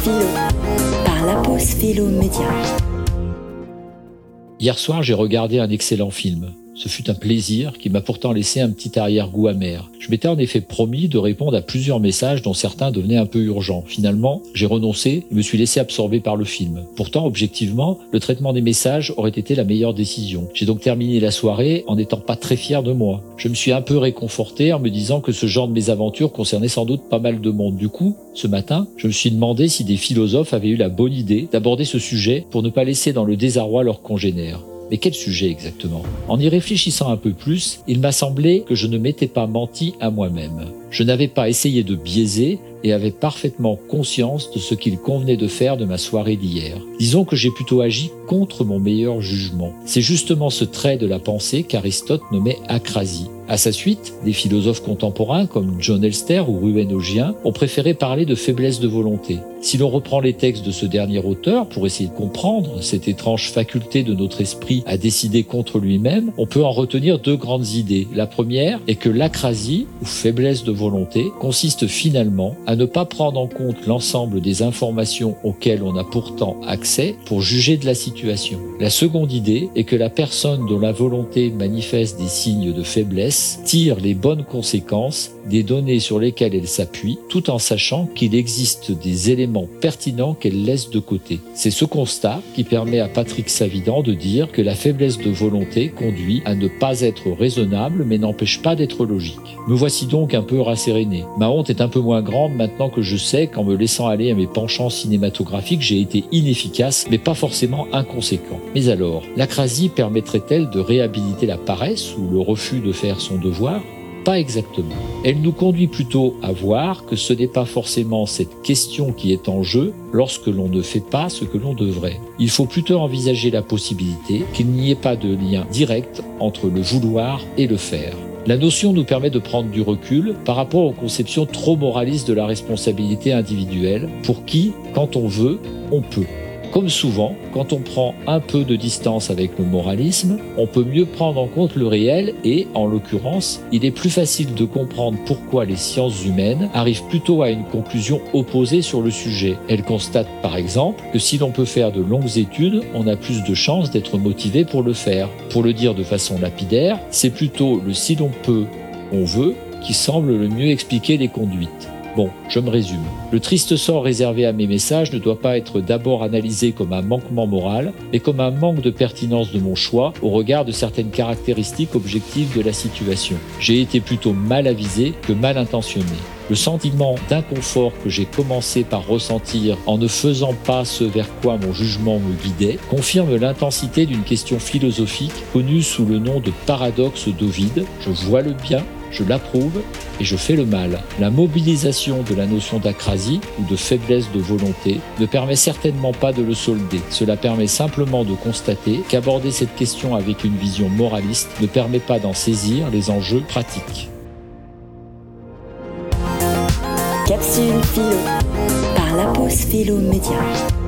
Philo, par la pause Philo Média. Hier soir, j'ai regardé un excellent film. Ce fut un plaisir qui m'a pourtant laissé un petit arrière-goût amer. Je m'étais en effet promis de répondre à plusieurs messages dont certains devenaient un peu urgents. Finalement, j'ai renoncé et me suis laissé absorber par le film. Pourtant, objectivement, le traitement des messages aurait été la meilleure décision. J'ai donc terminé la soirée en n'étant pas très fier de moi. Je me suis un peu réconforté en me disant que ce genre de mésaventures concernait sans doute pas mal de monde. Du coup, ce matin, je me suis demandé si des philosophes avaient eu la bonne idée d'aborder ce sujet pour ne pas laisser dans le désarroi leurs congénères. Mais quel sujet exactement ? En y réfléchissant un peu plus, il m'a semblé que je ne m'étais pas menti à moi-même. Je n'avais pas essayé de biaiser et avais parfaitement conscience de ce qu'il convenait de faire de ma soirée d'hier. Disons que j'ai plutôt agi contre mon meilleur jugement. C'est justement ce trait de la pensée qu'Aristote nommait akrasie. À sa suite, des philosophes contemporains comme John Elster ou Ruben Augien ont préféré parler de faiblesse de volonté. Si l'on reprend les textes de ce dernier auteur pour essayer de comprendre cette étrange faculté de notre esprit à décider contre lui-même, on peut en retenir deux grandes idées. La première est que l'akrasie, ou faiblesse de volonté, consiste finalement à ne pas prendre en compte l'ensemble des informations auxquelles on a pourtant accès pour juger de la situation. La seconde idée est que la personne dont la volonté manifeste des signes de faiblesse tire les bonnes conséquences des données sur lesquelles elle s'appuie, tout en sachant qu'il existe des éléments pertinents qu'elle laisse de côté. C'est ce constat qui permet à Patrick Savidan de dire que la faiblesse de volonté conduit à ne pas être raisonnable mais n'empêche pas d'être logique. Me voici donc un peu rasséréné. Ma honte est un peu moins grande maintenant que je sais qu'en me laissant aller à mes penchants cinématographiques, j'ai été inefficace mais pas forcément inconséquent. Mais alors, l'akrasie permettrait-elle de réhabiliter la paresse ou le refus de faire son devoir ? Pas exactement. Elle nous conduit plutôt à voir que ce n'est pas forcément cette question qui est en jeu lorsque l'on ne fait pas ce que l'on devrait. Il faut plutôt envisager la possibilité qu'il n'y ait pas de lien direct entre le vouloir et le faire. La notion nous permet de prendre du recul par rapport aux conceptions trop moralistes de la responsabilité individuelle, pour qui, quand on veut, on peut. Comme souvent, quand on prend un peu de distance avec le moralisme, on peut mieux prendre en compte le réel et, en l'occurrence, il est plus facile de comprendre pourquoi les sciences humaines arrivent plutôt à une conclusion opposée sur le sujet. Elles constatent par exemple que si l'on peut faire de longues études, on a plus de chances d'être motivé pour le faire. Pour le dire de façon lapidaire, c'est plutôt le si l'on peut, on veut, qui semble le mieux expliquer les conduites. Bon, je me résume. Le triste sort réservé à mes messages ne doit pas être d'abord analysé comme un manquement moral, mais comme un manque de pertinence de mon choix au regard de certaines caractéristiques objectives de la situation. J'ai été plutôt mal avisé que mal intentionné. Le sentiment d'inconfort que j'ai commencé par ressentir en ne faisant pas ce vers quoi mon jugement me guidait confirme l'intensité d'une question philosophique connue sous le nom de paradoxe d'Ovide. Je vois le bien, je l'approuve et je fais le mal. La mobilisation de la notion d'akrasie ou de faiblesse de volonté ne permet certainement pas de le solder. Cela permet simplement de constater qu'aborder cette question avec une vision moraliste ne permet pas d'en saisir les enjeux pratiques. Capsule Philo, par la pause Philo Média.